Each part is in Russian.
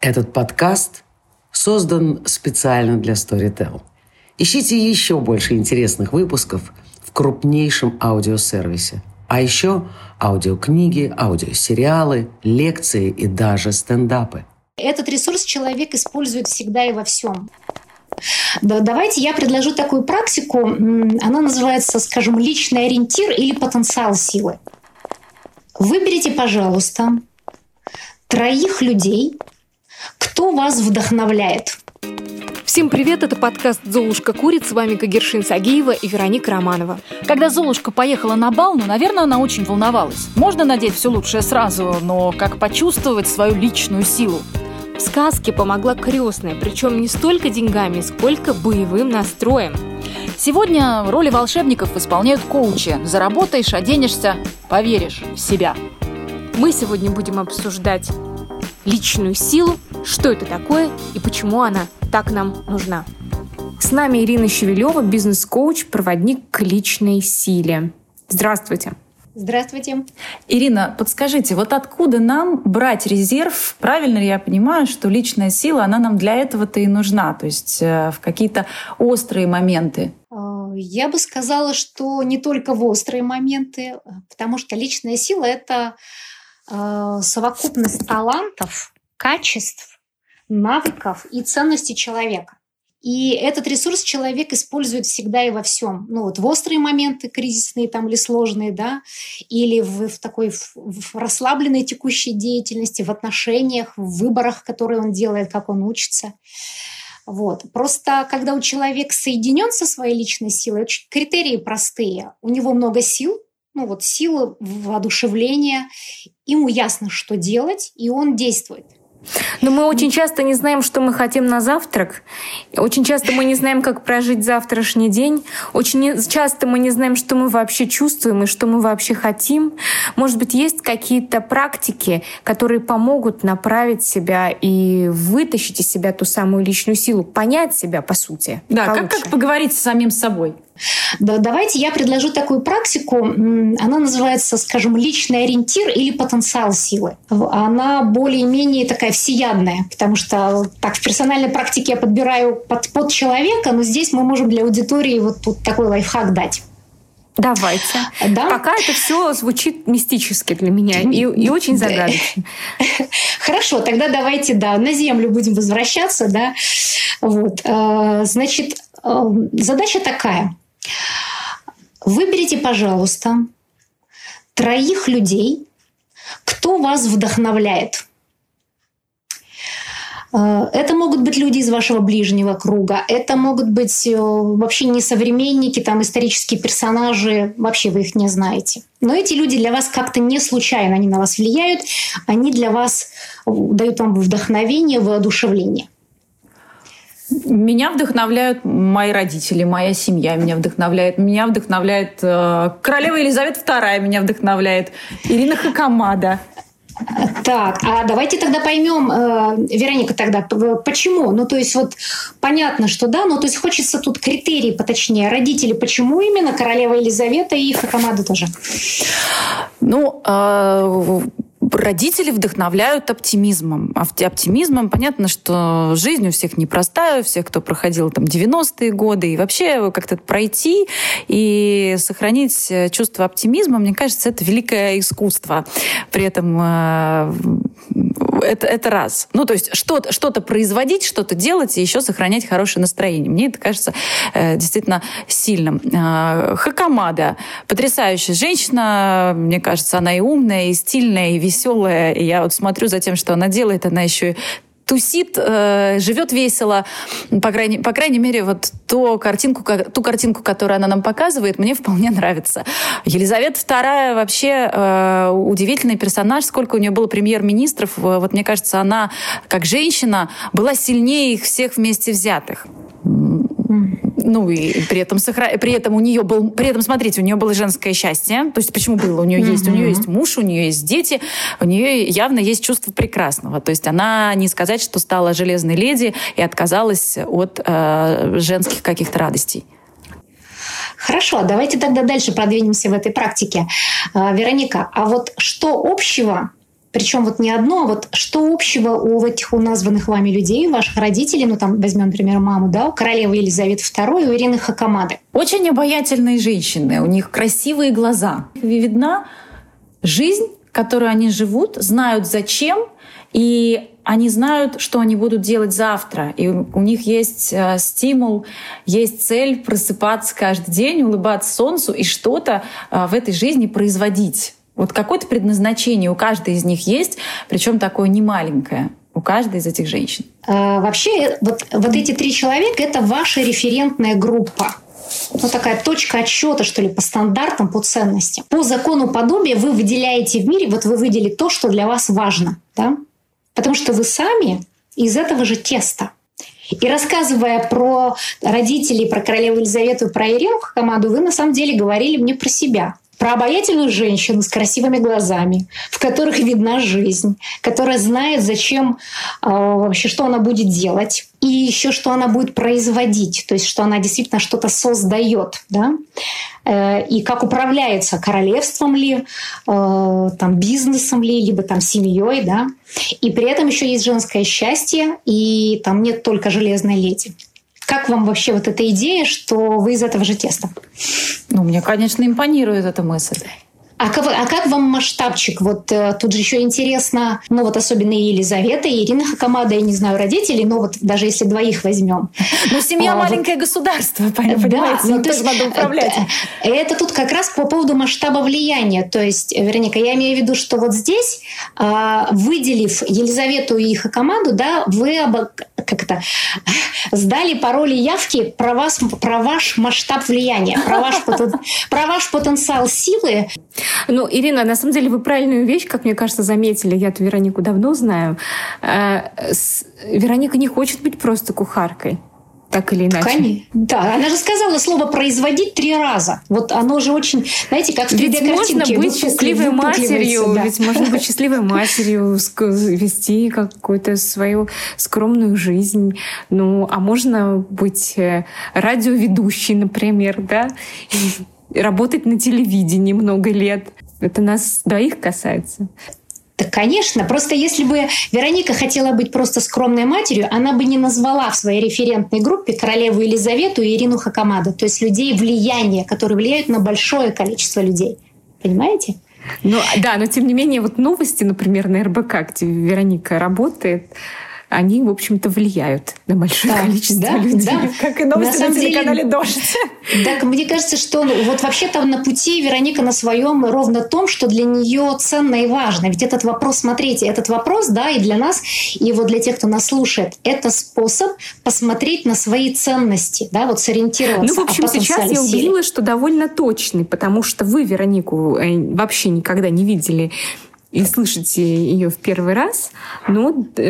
Этот подкаст создан специально для Storytel. Ищите еще больше интересных выпусков в крупнейшем аудиосервисе. А еще аудиокниги, аудиосериалы, лекции и даже стендапы. Этот ресурс человек использует всегда и во всем. Давайте я предложу такую практику. Она называется, скажем, личный ориентир или потенциал силы. Выберите, пожалуйста, 3 людей, кто вас вдохновляет. Всем привет, это подкаст «Золушка курит», с вами Кагершин Сагиева и Вероника Романова. Когда Золушка поехала на бал, наверное, она очень волновалась. Можно надеть все лучшее сразу, но как почувствовать свою личную силу? В сказке помогла крестная, причем не столько деньгами, сколько боевым настроем. Сегодня роли волшебников исполняют коучи. Заработаешь, оденешься, поверишь в себя. Мы сегодня будем обсуждать личную силу, что это такое и почему она так нам нужна. С нами Ирина Шевелева, бизнес-коуч, проводник к личной силе. Здравствуйте. Здравствуйте. Ирина, подскажите, вот откуда нам брать резерв? Правильно ли я понимаю, что личная сила, она нам для этого-то и нужна? То есть в какие-то острые моменты? Я бы сказала, что не только в острые моменты, потому что личная сила – это совокупность талантов, качеств, навыков и ценностей человека. И этот ресурс человек использует всегда и во всем. В острые моменты, кризисные там, или сложные, да, или в расслабленной текущей деятельности, в отношениях, в выборах, которые он делает, как он учится. Просто когда у человека соединен со своей личной силой, критерии простые. У него много сил, сила воодушевления, ему ясно, что делать, и он действует. Но мы очень часто не знаем, что мы хотим на завтрак. Очень часто мы не знаем, как прожить завтрашний день. Очень часто мы не знаем, что мы вообще чувствуем и что мы вообще хотим. Может быть, есть какие-то практики, которые помогут направить себя и вытащить из себя ту самую личную силу, понять себя, по сути. Да, как поговорить с самим собой? Да, давайте я предложу такую практику. Она называется, скажем, личный ориентир или потенциал силы. Она более-менее такая всеядная, потому что в персональной практике я подбираю под человека, но здесь мы можем для аудитории вот тут такой лайфхак дать. Давайте. Да? Пока это все звучит мистически для меня и очень загадочно. Хорошо, тогда давайте, на землю будем возвращаться. Да? Значит, задача такая. Выберите, пожалуйста, 3 людей, кто вас вдохновляет. Это могут быть люди из вашего ближнего круга, это могут быть вообще не современники, исторические персонажи, вообще вы их не знаете. Но эти люди для вас как-то не случайно, они на вас влияют, они для вас дают вам вдохновение, воодушевление. Меня вдохновляют мои родители, моя семья меня вдохновляет. Меня вдохновляет королева Елизавета II, меня вдохновляет Ирина Хакамада. Так, а давайте тогда поймем, Вероника, тогда почему? Понятно, что хочется тут критерии поточнее. Родители, почему именно королева Елизавета и Хакамада тоже? Родители вдохновляют оптимизмом. Оптимизмом понятно, что жизнь у всех непростая, у всех, кто проходил 90-е годы, и вообще как-то пройти и сохранить чувство оптимизма, мне кажется, это великое искусство. При этом это раз. То есть что-то производить, что-то делать и еще сохранять хорошее настроение. Мне это кажется действительно сильным. Хакамада. Потрясающая женщина. Мне кажется, она и умная, и стильная, и веселая. И я смотрю за тем, что она делает. Она еще и тусит, живет весело. По крайней мере, ту картинку, которую она нам показывает, мне вполне нравится. Елизавета II вообще удивительный персонаж. Сколько у нее было премьер-министров. Мне кажется, она, как женщина, была сильнее их всех вместе взятых. И при этом у нее был, смотрите, у нее было женское счастье. То есть почему было? У нее есть муж, у нее есть дети, у нее явно есть чувство прекрасного. То есть она не сказать, что стала железной леди и отказалась от женских каких-то радостей. Хорошо, давайте тогда дальше продвинемся в этой практике. Вероника, а что общего причем вот не одно, вот что общего у названных вами людей, ваших родителей, ну там возьмем, например, маму, да, у королевы Елизаветы II и у Ирины Хакамады. Очень обаятельные женщины, у них красивые глаза. Видна жизнь, которую они живут, знают зачем, и они знают, что они будут делать завтра. И у них есть стимул, есть цель просыпаться каждый день, улыбаться солнцу и что-то в этой жизни производить. Вот какое-то предназначение у каждой из них есть, причем такое немаленькое у каждой из этих женщин. Вообще, вот эти 3 человека — это ваша референтная группа. Ну, такая точка отсчета, что ли, по стандартам, по ценностям. По закону подобия вы выделяете в мире, вот вы выделили то, что для вас важно, да? Потому что вы сами из этого же теста. И рассказывая про родителей, про королеву Елизавету, про Ирину Хакамаду, вы на самом деле говорили мне про себя. Про обаятельную женщину с красивыми глазами, в которых видна жизнь, которая знает, зачем, вообще, что она будет делать, и еще что она будет производить, то есть что она действительно что-то создает, да? И как управляется королевством ли, там, бизнесом ли, либо там, семьей, да? И при этом еще есть женское счастье, и там нет только железной леди. Как вам вообще вот эта идея, что вы из этого же теста? Ну, мне, конечно, импонирует эта мысль. А как вам масштабчик? Вот тут же еще интересно, ну вот особенно и Елизавета, и Ирина Хакамада, я не знаю родителей, но вот даже если 2 возьмем. Ну, семья маленькое государство, понимаете, да, ну, то есть надо управлять. Это тут как раз по поводу масштаба влияния. То есть, Вероника, я имею в виду, что вот здесь, выделив Елизавету и Хакамаду, да, вы сдали пароли явки про ваш масштаб влияния, про ваш потенциал силы. Ну, Ирина, на самом деле вы правильную вещь, как мне кажется, заметили. Я-то Веронику давно знаю. Вероника не хочет быть просто кухаркой. Так или иначе. Конечно. Да, она же сказала слово «производить» 3 раза. Вот оно же очень, знаете, как в 3D-картинке. Ведь можно быть счастливой матерью, да. ведь можно быть счастливой матерью, вести какую-то свою скромную жизнь. Ну, а можно быть радиоведущей, например, да, и работать на телевидении много лет. Это нас 2 касается. Да, конечно. Просто если бы Вероника хотела быть просто скромной матерью, она бы не назвала в своей референтной группе королеву Елизавету и Ирину Хакамаду. То есть людей влияния, которые влияют на большое количество людей. Понимаете? Ну, да, но тем не менее, вот новости, например, на РБК, где Вероника работает, они, в общем-то, влияют на большое количество людей. Да. Как и новости на телеканале «Дождь». Так, мне кажется, что вот вообще там на пути Вероника на своем ровно том, что для нее ценно и важно. Ведь этот вопрос, смотрите, этот вопрос, да, и для нас, и вот для тех, кто нас слушает, это способ посмотреть на свои ценности, да, вот сориентироваться. Ну, в общем, сейчас я убедилась, что довольно точный, потому что вы Веронику вообще никогда не видели и слышите ее в первый раз, но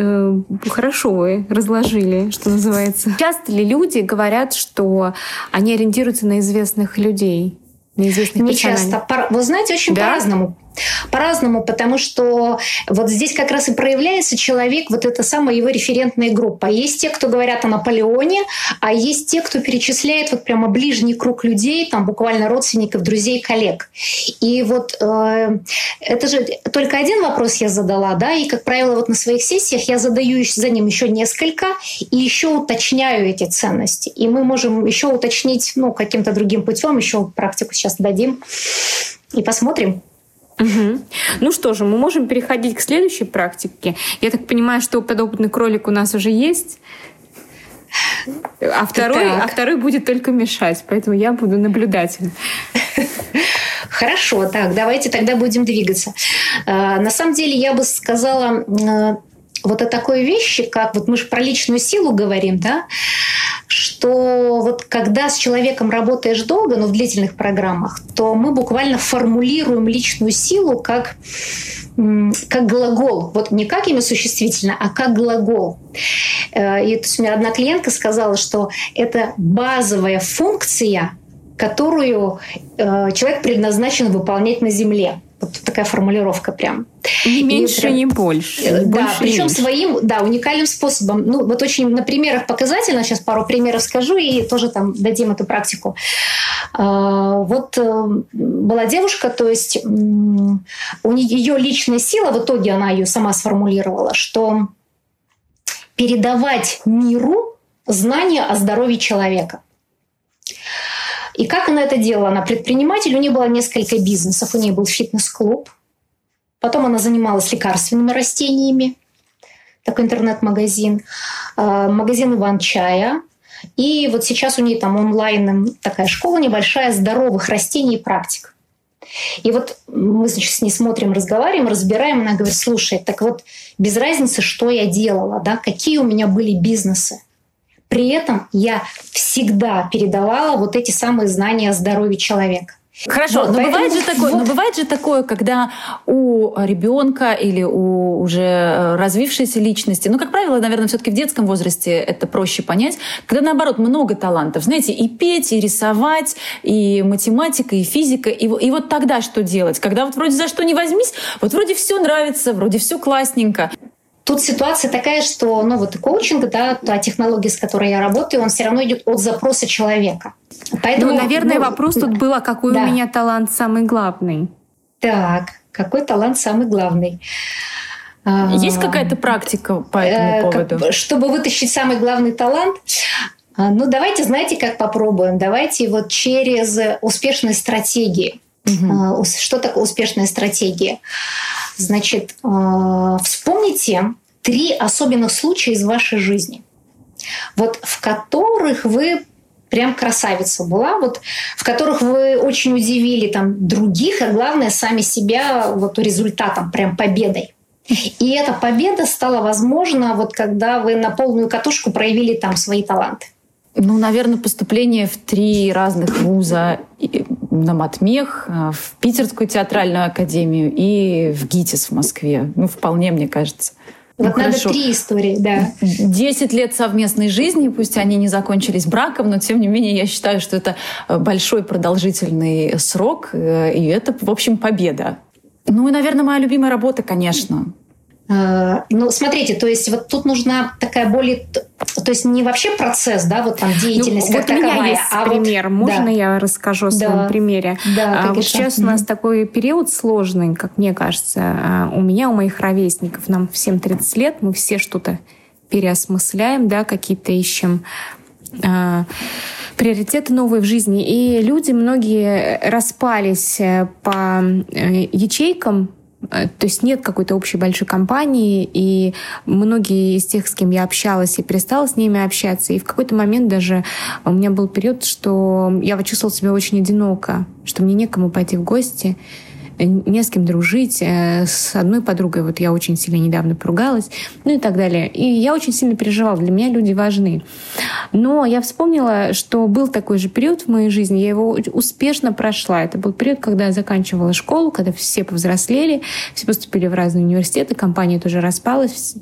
хорошо вы разложили, что называется. Часто ли люди говорят, что они ориентируются на известных людей, на известных персонажей? Не часто. Вы знаете, очень по-разному. По-разному, потому что вот здесь как раз и проявляется человек, вот эта самая его референтная группа. Есть те, кто говорят о Наполеоне, а есть те, кто перечисляет вот прямо ближний круг людей, там буквально родственников, друзей, коллег. И вот это же только один вопрос я задала, да, и, как правило, вот на своих сессиях я задаю за ним еще несколько и еще уточняю эти ценности. И мы можем еще уточнить, ну, каким-то другим путем, еще практику сейчас дадим и посмотрим. Угу. Ну что же, мы можем переходить к следующей практике. Я так понимаю, что подопытный кролик у нас уже есть, а второй будет только мешать, поэтому я буду наблюдателем. Хорошо, так, давайте тогда будем двигаться. На самом деле я бы сказала вот о такой вещи, как вот мы же про личную силу говорим, да, что вот когда с человеком работаешь долго, но в длительных программах, то мы буквально формулируем личную силу как глагол. Вот не как имя существительное, а как глагол. И то есть у меня одна клиентка сказала, что это базовая функция, которую человек предназначен выполнять на Земле. Вот такая формулировка прям. Не меньше, не больше. Да, причем своим, уникальным способом. Ну, вот очень на примерах показательно. Сейчас пару примеров скажу и тоже там дадим эту практику. Вот была девушка, то есть у нее личная сила, в итоге она ее сама сформулировала, что передавать миру знания о здоровье человека. И как она это делала? Она предприниматель, у нее было несколько бизнесов. У нее был фитнес-клуб. Потом она занималась лекарственными растениями. Такой интернет-магазин. Магазин Иван-чая. И вот сейчас у нее там онлайн такая школа небольшая здоровых растений и практик. И вот мы, значит, с ней смотрим, разговариваем, разбираем. Она говорит, слушай, так вот без разницы, что я делала, да, какие у меня были бизнесы. При этом я всегда передавала вот эти самые знания о здоровье человека. Хорошо, вот, но бывает же такое, когда у ребенка или у уже развившейся личности, ну, как правило, наверное, все-таки в детском возрасте это проще понять, когда, наоборот, много талантов. Знаете, и петь, и рисовать, и математика, и физика. И вот тогда что делать? Когда вот вроде за что не возьмись, вот вроде все нравится, вроде все классненько. Тут ситуация такая, что вот коучинг, да, та технология, с которой я работаю, он все равно идет от запроса человека. Поэтому, наверное, вопрос тут был, какой у меня талант самый главный. Так, какой талант самый главный? Есть какая-то практика по этому поводу? Чтобы вытащить самый главный талант, давайте, знаете, как попробуем? Давайте вот через успешные стратегии. Угу. Что такое успешная стратегия? Значит, вспомните 3 особенных случая из вашей жизни, вот в которых вы прям красавица была, вот в которых вы очень удивили там других, а главное сами себя вот результатом, прям победой. И эта победа стала возможна вот когда вы на полную катушку проявили там свои таланты. Наверное, поступление в 3 разных вуза, на матмех, в Питерскую театральную академию и в ГИТИС в Москве. Вполне, мне кажется. Вот надо 3 истории, да. 10 лет совместной жизни, пусть они не закончились браком, но тем не менее я считаю, что это большой продолжительный срок, и это, в общем, победа. И, наверное, моя любимая работа, конечно. Смотрите, то есть вот тут нужна такая более... То есть не вообще процесс, да, вот там деятельность как таковая. У меня есть пример. Можно я расскажу о своем примере? Да, вот сейчас у нас такой период сложный, как мне кажется. У моих ровесников, нам всем 30 лет, мы все что-то переосмысляем, да, какие-то ищем приоритеты новые в жизни. И люди многие распались по ячейкам. То есть нет какой-то общей большой компании, и многие из тех, с кем я общалась и перестала с ними общаться, и в какой-то момент даже у меня был период, что я почувствовала себя очень одиноко, что мне некому пойти в гости, не с кем дружить. С одной подругой вот я очень сильно недавно поругалась, и так далее. И я очень сильно переживала. Для меня люди важны. Но я вспомнила, что был такой же период в моей жизни. Я его успешно прошла. Это был период, когда я заканчивала школу, когда все повзрослели, все поступили в разные университеты, компания тоже распалась.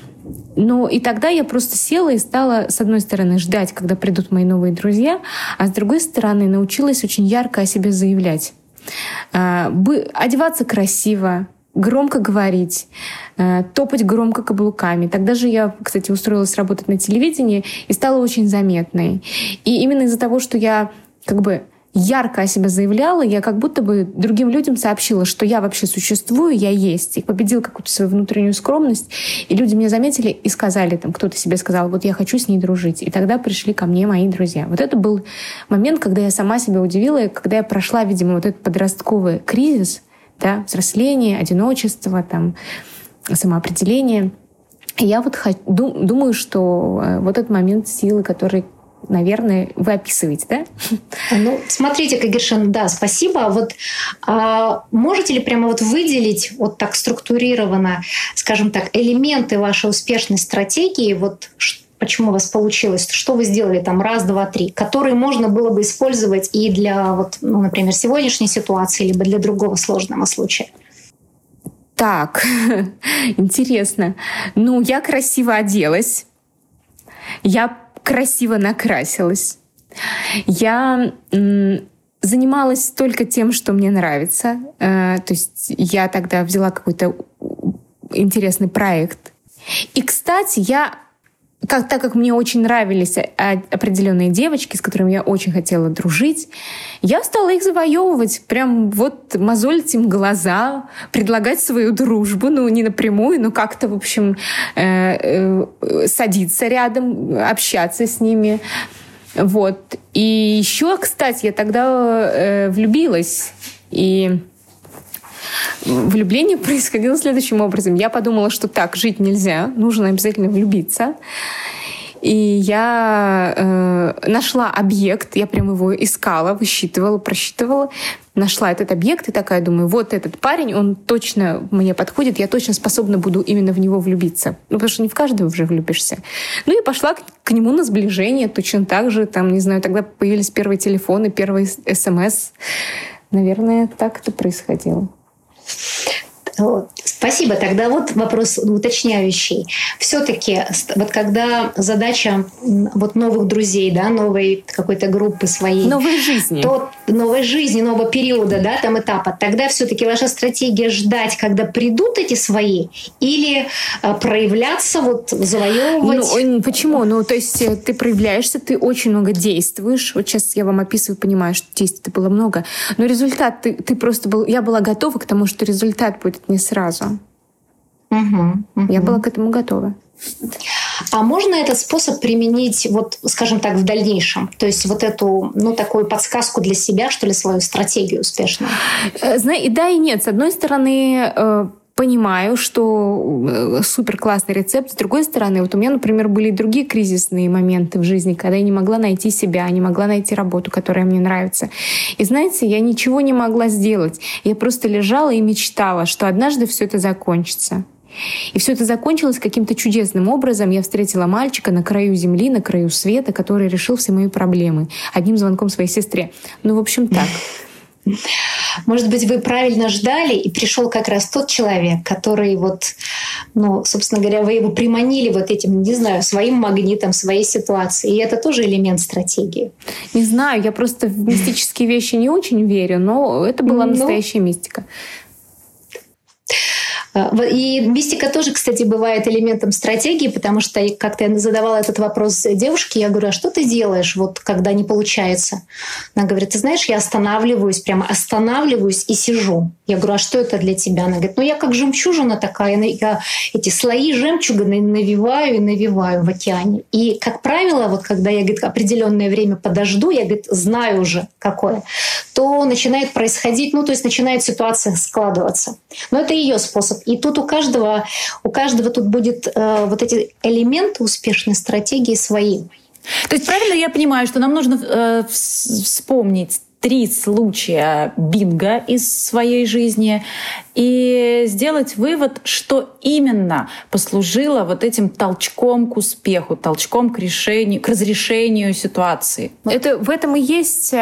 И тогда я просто села и стала, с одной стороны, ждать, когда придут мои новые друзья, а с другой стороны, научилась очень ярко о себе заявлять. Одеваться красиво, громко говорить, топать громко каблуками. Тогда же я, кстати, устроилась работать на телевидении и стала очень заметной. И именно из-за того, что я ярко о себе заявляла, я как будто бы другим людям сообщила, что я вообще существую, я есть. И победила какую-то свою внутреннюю скромность. И люди меня заметили и сказали, кто-то себе сказал, вот я хочу с ней дружить. И тогда пришли ко мне мои друзья. Вот это был момент, когда я сама себя удивила, и когда я прошла, видимо, вот этот подростковый кризис, да, взросление, одиночество, самоопределение. И я думаю, что вот этот момент силы, который, наверное, вы описываете, да? Смотрите, Кагершин, да, спасибо. Можете ли прямо выделить так структурированно, скажем так, элементы вашей успешной стратегии, почему у вас получилось, что вы сделали раз, два, три, которые можно было бы использовать и для, например, сегодняшней ситуации, либо для другого сложного случая? Так, интересно. Я красиво оделась. Я красиво накрасилась. Я занималась только тем, что мне нравится. То есть я тогда взяла какой-то интересный проект. И, кстати, так как мне очень нравились определенные девочки, с которыми я очень хотела дружить, я стала их завоевывать, прям вот мозолить им глаза, предлагать свою дружбу, не напрямую, но как-то, в общем, садиться рядом, общаться с ними. Вот. И еще, кстати, я тогда влюбилась. И влюбление происходило следующим образом. Я подумала, что так жить нельзя, нужно обязательно влюбиться. И я нашла объект, я прям его искала, высчитывала, просчитывала. Нашла этот объект и такая думаю, вот этот парень, он точно мне подходит, я точно способна буду именно в него влюбиться. Потому что не в каждого уже влюбишься. И пошла к нему на сближение точно так же. Там, не знаю, тогда появились первые телефоны, первые СМС. Наверное, так это происходило. Спасибо. Тогда вот вопрос уточняющий. Все-таки вот когда задача вот новых друзей, да, новой какой-то группы своей, новой жизни, новой жизни, нового периода, да, там этапа, тогда все-таки ваша стратегия ждать, когда придут эти свои, или проявляться, вот завоевывать? Почему? То есть ты проявляешься, ты очень много действуешь. Вот сейчас я вам описываю, понимаю, что действий было много, но результат ты просто был. Я была готова к тому, что результат будет не сразу. Я была к этому готова. А можно этот способ применить, вот, скажем так, в дальнейшем? То есть вот эту, такую подсказку для себя, что ли, свою стратегию успешную? И да, и нет. С одной стороны, понимаю, что супер классный рецепт. С другой стороны, вот у меня, например, были и другие кризисные моменты в жизни, когда я не могла найти себя, не могла найти работу, которая мне нравится. И знаете, я ничего не могла сделать. Я просто лежала и мечтала, что однажды все это закончится. И все это закончилось каким-то чудесным образом. Я встретила мальчика на краю земли, на краю света, который решил все мои проблемы одним звонком своей сестре. В общем, так. Может быть, вы правильно ждали, и пришел как раз тот человек, который собственно говоря, вы его приманили вот этим, не знаю, своим магнитом, своей ситуацией. И это тоже элемент стратегии. Не знаю, я просто в мистические вещи не очень верю, но это была настоящая мистика. И мистика тоже, кстати, бывает элементом стратегии, потому что как-то я задавала этот вопрос девушке, я говорю, а что ты делаешь, вот когда не получается? Она говорит, ты знаешь, я прямо останавливаюсь и сижу. Я говорю, а что это для тебя? Она говорит, я как жемчужина такая, я эти слои жемчуга навиваю и навиваю в океане. И, как правило, вот когда я, говорит, определенное время подожду, я, говорит, знаю уже какое, то начинает происходить, то есть начинает ситуация складываться. Но это ее способ. И тут у каждого тут будет вот эти элементы успешной стратегии свои. То есть правильно я понимаю, что нам нужно вспомнить 3 случая бинго из своей жизни и сделать вывод, что именно послужило вот этим толчком к успеху, толчком к разрешению ситуации. В этом и есть...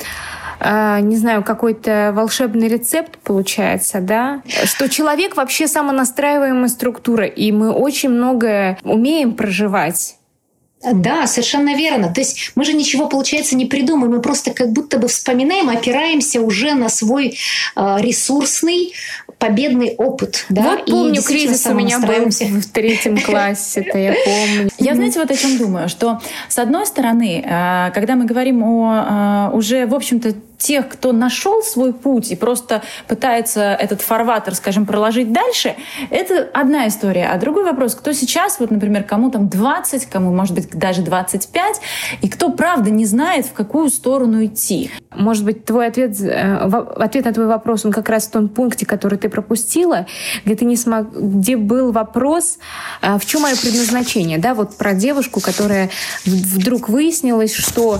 не знаю, какой-то волшебный рецепт получается, да? Что человек вообще самонастраиваемая структура, и мы очень многое умеем проживать. Да, совершенно верно. То есть мы же ничего, получается, не придумаем. Мы просто как будто бы вспоминаем, опираемся уже на свой ресурсный, победный опыт. Да? Вот помню, кризис у меня был в 3 классе, это я помню. Я, знаете, вот о чем думаю, что с одной стороны, когда мы говорим о уже, в общем-то, тех, кто нашел свой путь и просто пытается этот фарватер, скажем, проложить дальше, это одна история. А другой вопрос, кто сейчас, вот, например, кому там 20, кому, может быть, даже 25, и кто, правда, не знает, в какую сторону идти. Может быть, твой ответ на твой вопрос, он как раз в том пункте, который ты пропустила, где был вопрос, в чем мое предназначение, да, вот про девушку, которая вдруг выяснилось, что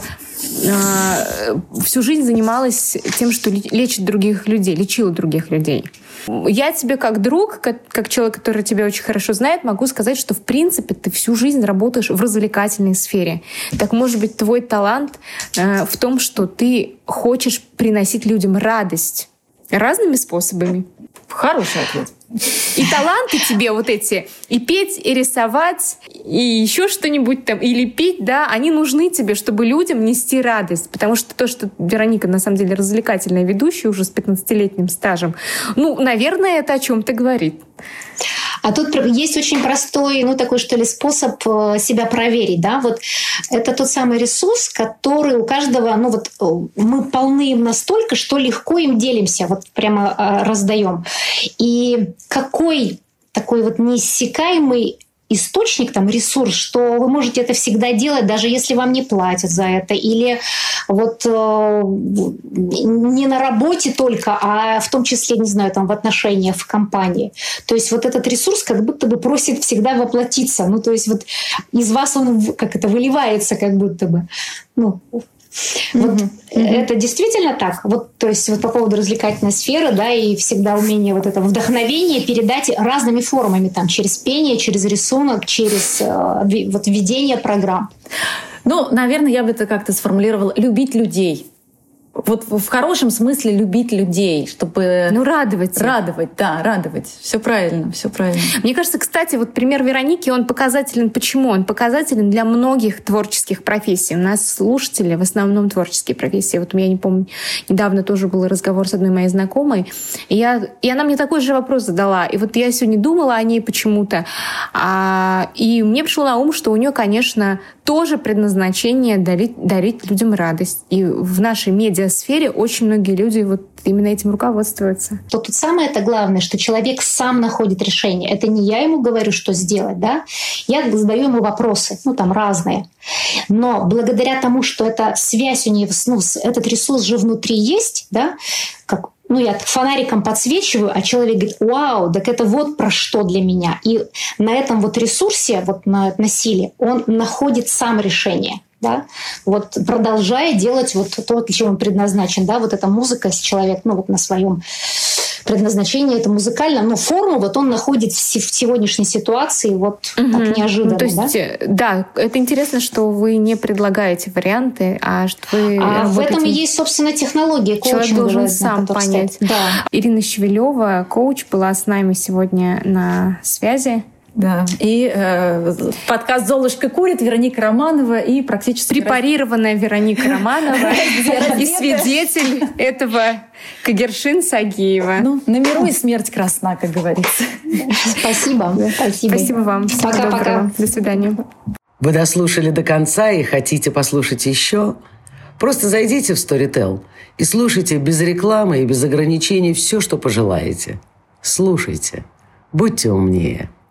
всю жизнь занималась тем, что лечила других людей. Я тебе как друг, как человек, который тебя очень хорошо знает, могу сказать, что в принципе ты всю жизнь работаешь в развлекательной сфере. Так может быть твой талант в том, что ты хочешь приносить людям радость. Разными способами. Хороший ответ. И таланты тебе вот эти, и петь, и рисовать, и еще что-нибудь там, и лепить, да, они нужны тебе, чтобы людям нести радость. Потому что то, что Вероника, на самом деле, развлекательная ведущая уже с 15-летним стажем, ну, наверное, это о чем-то говорит. А тут есть очень простой, ну, такой, что ли, способ себя проверить, да, вот это тот самый ресурс, который у каждого, ну, вот мы полны им настолько, что легко им делимся, вот прямо раздаем. И какой такой вот неиссякаемый источник, там, ресурс, что вы можете это всегда делать, даже если вам не платят за это, или вот не на работе только, а в том числе, не знаю, там, в отношениях, в компании. То есть вот этот ресурс как будто бы просит всегда воплотиться. Ну, то есть вот из вас он как это выливается как будто бы. Ну, вот это действительно так. Вот, то есть вот по поводу развлекательной сферы, да, и всегда умение вот это вдохновение передать разными формами, там, через пение, через рисунок, через вот ведение программ. Ну, наверное, я бы это как-то сформулировала. Любить людей. Вот в хорошем смысле любить людей, чтобы... Ну, радовать. Радовать, да, радовать. Все правильно, все правильно. Мне кажется, кстати, вот пример Вероники, он показателен. Почему? Он показателен для многих творческих профессий. У нас слушатели в основном творческие профессии. Вот у меня, не помню, недавно тоже был разговор с одной моей знакомой, и она мне такой же вопрос задала. И вот я сегодня думала о ней почему-то, и мне пришло на ум, что у нее, конечно, тоже предназначение дарить людям радость. И в нашей медиасфере очень многие люди вот именно этим руководствуются. Тут самое это главное, что человек сам находит решение. Это не я ему говорю, что сделать, да? Я задаю ему вопросы, ну там разные. Но благодаря тому, что эта связь у него, ну, этот ресурс же внутри есть, да, как ну, я фонариком подсвечиваю, а человек говорит: вау, так это вот про что для меня. И на этом вот ресурсе, вот на силе, он находит сам решение. Да? Вот продолжая делать вот то, для чего он предназначен. Да? Вот эта музыка, если человек ну, вот на своем предназначении, это музыкально, но форму вот он находит в сегодняшней ситуации вот так неожиданно. Ну, то есть, да, это интересно, что вы не предлагаете варианты, а что вы в этом и есть, собственно, технология коучинга. Человек должен сам понять. Да. Ирина Щевелева, коуч, была с нами сегодня на связи. Да. И подкаст «Золушка курит», Вероника Романова и практически... Препарированная Вероника Романова и свидетель этого Кагершин Сагиева. Ну, на миру и смерть красна, как говорится. Спасибо. Спасибо вам. Пока-пока. До свидания. Вы дослушали до конца и хотите послушать еще? Просто зайдите в Storytel и слушайте без рекламы и без ограничений все, что пожелаете. Слушайте. Будьте умнее.